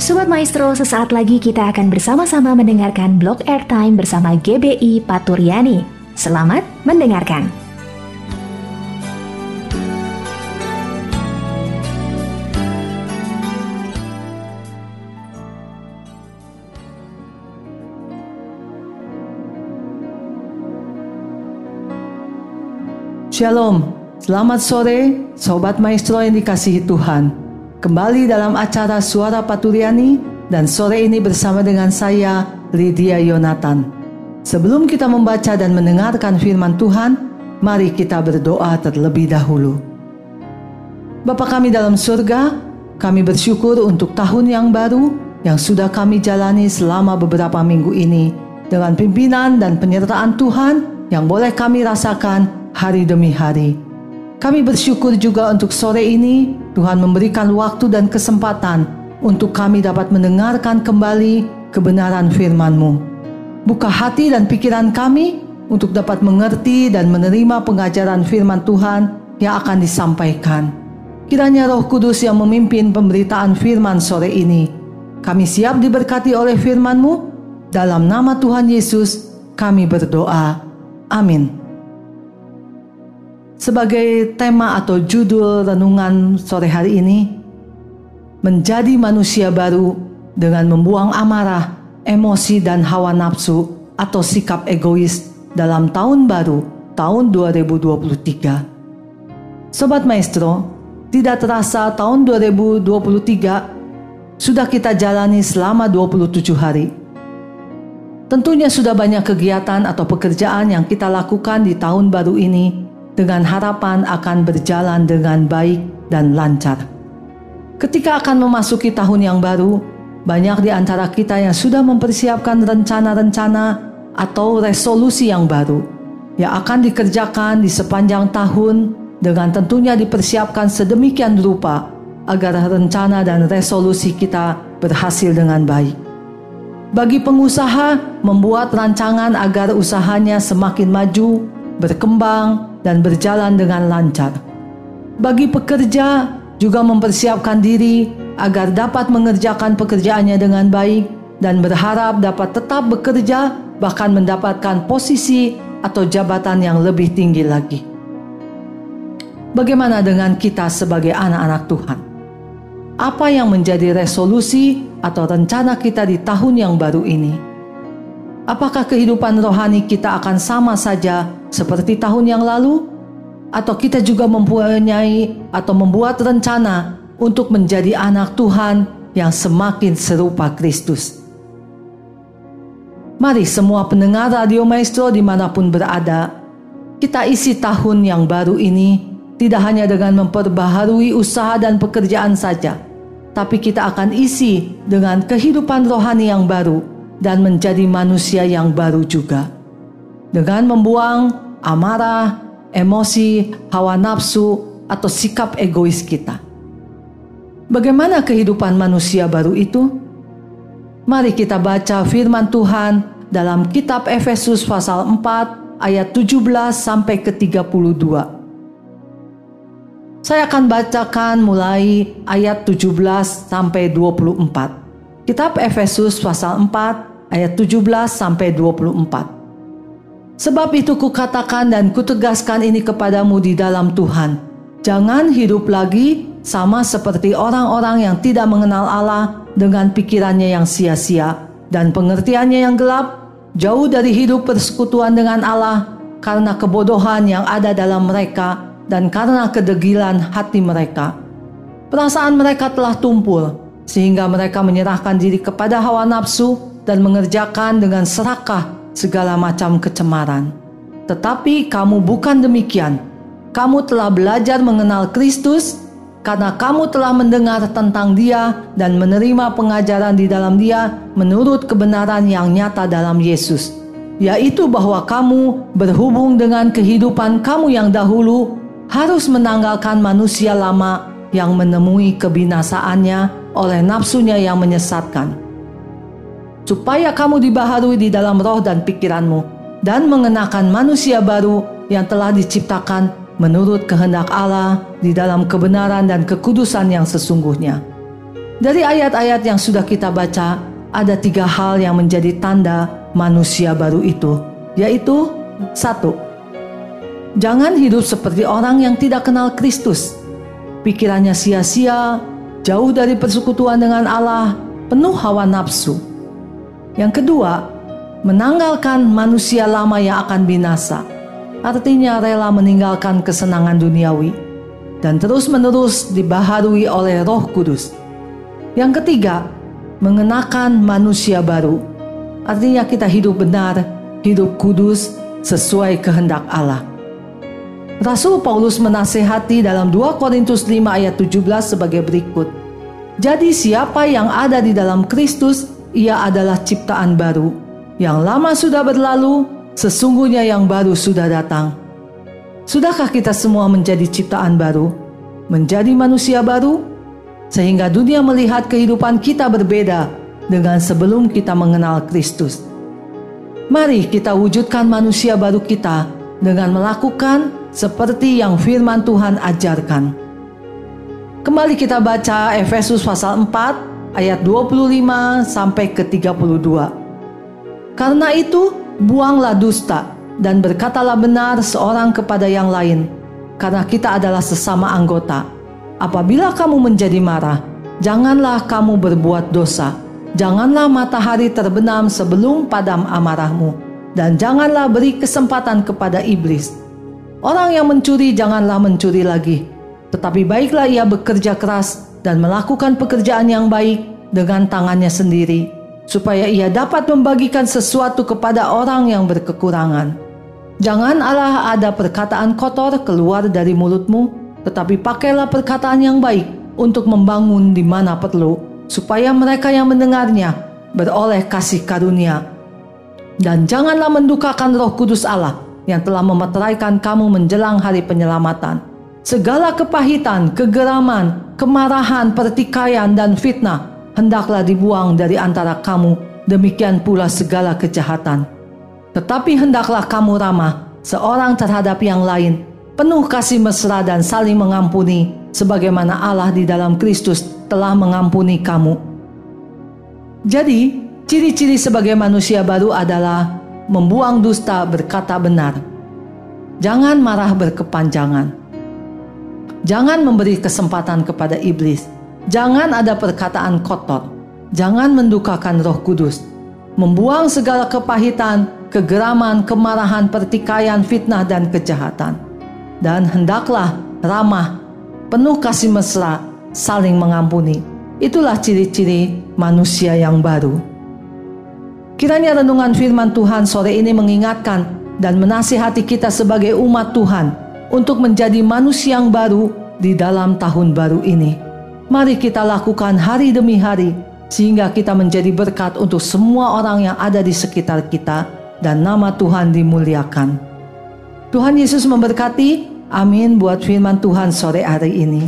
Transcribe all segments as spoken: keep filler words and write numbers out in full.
Sobat Maestro, sesaat lagi kita akan bersama-sama mendengarkan blog Airtime bersama G B I Paturyani. Selamat mendengarkan. Shalom, selamat sore Sobat Maestro yang dikasihi Tuhan. Kembali dalam acara Suara Paturyani dan sore ini bersama dengan saya, Lydia Yonatan. Sebelum kita membaca dan mendengarkan firman Tuhan, mari kita berdoa terlebih dahulu. Bapa kami dalam surga, kami bersyukur untuk tahun yang baru yang sudah kami jalani selama beberapa minggu ini dengan pimpinan dan penyertaan Tuhan yang boleh kami rasakan hari demi hari. Kami bersyukur juga untuk sore ini Tuhan memberikan waktu dan kesempatan untuk kami dapat mendengarkan kembali kebenaran firman-Mu. Buka hati dan pikiran kami untuk dapat mengerti dan menerima pengajaran firman Tuhan yang akan disampaikan. Kiranya Roh Kudus yang memimpin pemberitaan firman sore ini. Kami siap diberkati oleh firman-Mu. Dalam nama Tuhan Yesus kami berdoa. Amin. Sebagai tema atau judul renungan sore hari ini, menjadi manusia baru dengan membuang amarah, emosi dan hawa nafsu atau sikap egois dalam tahun baru tahun dua ribu dua puluh tiga. Sobat Maestro, tidak terasa tahun dua ribu dua puluh tiga sudah kita jalani selama dua puluh tujuh hari. Tentunya sudah banyak kegiatan atau pekerjaan yang kita lakukan di tahun baru ini dengan harapan akan berjalan dengan baik dan lancar. Ketika akan memasuki tahun yang baru, banyak di antara kita yang sudah mempersiapkan rencana-rencana atau resolusi yang baru yang akan dikerjakan di sepanjang tahun dengan tentunya dipersiapkan sedemikian rupa agar rencana dan resolusi kita berhasil dengan baik. Bagi pengusaha, membuat rancangan agar usahanya semakin maju, berkembang, dan berjalan dengan lancar. Bagi pekerja, juga mempersiapkan diri agar dapat mengerjakan pekerjaannya dengan baik dan berharap dapat tetap bekerja, bahkan mendapatkan posisi atau jabatan yang lebih tinggi lagi. Bagaimana dengan kita sebagai anak-anak Tuhan? Apa yang menjadi resolusi atau rencana kita di tahun yang baru ini? Apakah kehidupan rohani kita akan sama saja seperti tahun yang lalu? Atau kita juga mempunyai atau membuat rencana untuk menjadi anak Tuhan yang semakin serupa Kristus? Mari semua pendengar Radio Maestro dimanapun berada, kita isi tahun yang baru ini tidak hanya dengan memperbaharui usaha dan pekerjaan saja, tapi kita akan isi dengan kehidupan rohani yang baru dan menjadi manusia yang baru juga. Dengan membuang amarah, emosi, hawa nafsu, atau sikap egois kita. Bagaimana kehidupan manusia baru itu? Mari kita baca firman Tuhan dalam kitab Efesus pasal empat ayat tujuh belas sampai ke tiga puluh dua. Saya akan bacakan mulai ayat tujuh belas sampai dua puluh empat. Kitab Efesus pasal empat ayat tujuh belas sampai dua puluh empat. Sebab itu kukatakan dan kutegaskan ini kepadamu di dalam Tuhan. Jangan hidup lagi sama seperti orang-orang yang tidak mengenal Allah dengan pikirannya yang sia-sia dan pengertiannya yang gelap, jauh dari hidup persekutuan dengan Allah karena kebodohan yang ada dalam mereka dan karena kedegilan hati mereka. Perasaan mereka telah tumpul sehingga mereka menyerahkan diri kepada hawa nafsu dan mengerjakan dengan serakah segala macam kecemaran. Tetapi kamu bukan demikian. Kamu telah belajar mengenal Kristus karena kamu telah mendengar tentang Dia dan menerima pengajaran di dalam Dia menurut kebenaran yang nyata dalam Yesus, yaitu bahwa kamu berhubung dengan kehidupan kamu yang dahulu harus menanggalkan manusia lama yang menemui kebinasaannya oleh nafsunya yang menyesatkan, supaya kamu dibaharui di dalam roh dan pikiranmu, dan mengenakan manusia baru yang telah diciptakan menurut kehendak Allah di dalam kebenaran dan kekudusan yang sesungguhnya. Dari ayat-ayat yang sudah kita baca, ada tiga hal yang menjadi tanda manusia baru itu, yaitu satu, jangan hidup seperti orang yang tidak kenal Kristus. Pikirannya sia-sia, jauh dari persekutuan dengan Allah, penuh hawa nafsu. Yang kedua, menanggalkan manusia lama yang akan binasa. Artinya rela meninggalkan kesenangan duniawi dan terus-menerus dibaharui oleh Roh Kudus. Yang ketiga, mengenakan manusia baru. Artinya kita hidup benar, hidup kudus sesuai kehendak Allah. Rasul Paulus menasehati dalam dua Korintus lima ayat tujuh belas sebagai berikut. Jadi siapa yang ada di dalam Kristus, ia adalah ciptaan baru. Yang lama sudah berlalu, sesungguhnya yang baru sudah datang. Sudahkah kita semua menjadi ciptaan baru? Menjadi manusia baru? Sehingga dunia melihat kehidupan kita berbeda dengan sebelum kita mengenal Kristus. Mari kita wujudkan manusia baru kita dengan melakukan seperti yang firman Tuhan ajarkan. Kembali kita baca Efesus pasal empat ayat dua puluh lima sampai ke tiga puluh dua. Karena itu, buanglah dusta dan berkatalah benar seorang kepada yang lain, karena kita adalah sesama anggota. Apabila kamu menjadi marah, janganlah kamu berbuat dosa. Janganlah matahari terbenam sebelum padam amarahmu, dan janganlah beri kesempatan kepada iblis. Orang yang mencuri janganlah mencuri lagi, tetapi baiklah ia bekerja keras dan melakukan pekerjaan yang baik dengan tangannya sendiri, supaya ia dapat membagikan sesuatu kepada orang yang berkekurangan. Janganlah ada perkataan kotor keluar dari mulutmu, tetapi pakailah perkataan yang baik untuk membangun di mana perlu, supaya mereka yang mendengarnya beroleh kasih karunia. Dan janganlah mendukakan Roh Kudus Allah yang telah memeteraikan kamu menjelang hari penyelamatan. Segala kepahitan, kegeraman, kemarahan, pertikaian, dan fitnah hendaklah dibuang dari antara kamu, demikian pula segala kejahatan. Tetapi hendaklah kamu ramah seorang terhadap yang lain, penuh kasih mesra dan saling mengampuni, sebagaimana Allah di dalam Kristus telah mengampuni kamu. Jadi, ciri-ciri sebagai manusia baru adalah membuang dusta, berkata benar. Jangan marah berkepanjangan. Jangan memberi kesempatan kepada iblis. Jangan ada perkataan kotor. Jangan mendukakan Roh Kudus. Membuang segala kepahitan, kegeraman, kemarahan, pertikaian, fitnah, dan kejahatan. Dan hendaklah ramah, penuh kasih mesra, saling mengampuni. Itulah ciri-ciri manusia yang baru. Kiranya renungan firman Tuhan sore ini mengingatkan dan menasihati kita sebagai umat Tuhan untuk menjadi manusia yang baru di dalam tahun baru ini. Mari kita lakukan hari demi hari, sehingga kita menjadi berkat untuk semua orang yang ada di sekitar kita, dan nama Tuhan dimuliakan. Tuhan Yesus memberkati. Amin buat firman Tuhan sore hari ini.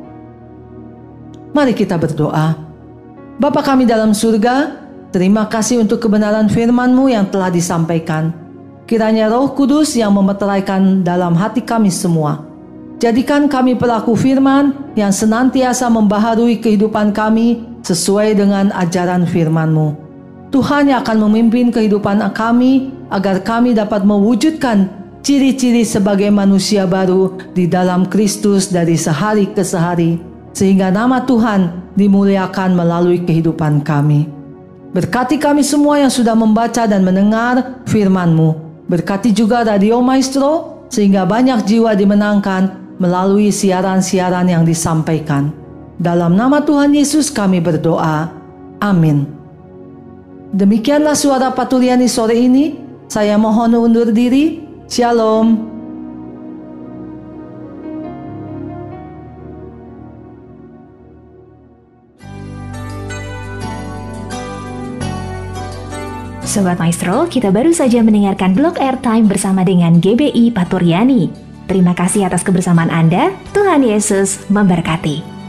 Mari kita berdoa. Bapa kami dalam surga, terima kasih untuk kebenaran firman-Mu yang telah disampaikan. Kiranya Roh Kudus yang memeteraikan dalam hati kami semua. Jadikan kami pelaku firman yang senantiasa membaharui kehidupan kami sesuai dengan ajaran firman-Mu. Tuhan yang akan memimpin kehidupan kami agar kami dapat mewujudkan ciri-ciri sebagai manusia baru di dalam Kristus dari sehari ke sehari, sehingga nama Tuhan dimuliakan melalui kehidupan kami. Berkati kami semua yang sudah membaca dan mendengar firman-Mu. Berkati juga Radio Maestro, sehingga banyak jiwa dimenangkan melalui siaran-siaran yang disampaikan. Dalam nama Tuhan Yesus kami berdoa. Amin. Demikianlah suara Paturyani sore ini. Saya mohon undur diri. Shalom. Sobat Maestro, kita baru saja mendengarkan blog Airtime bersama dengan G B I Paturyani. Terima kasih atas kebersamaan Anda. Tuhan Yesus memberkati.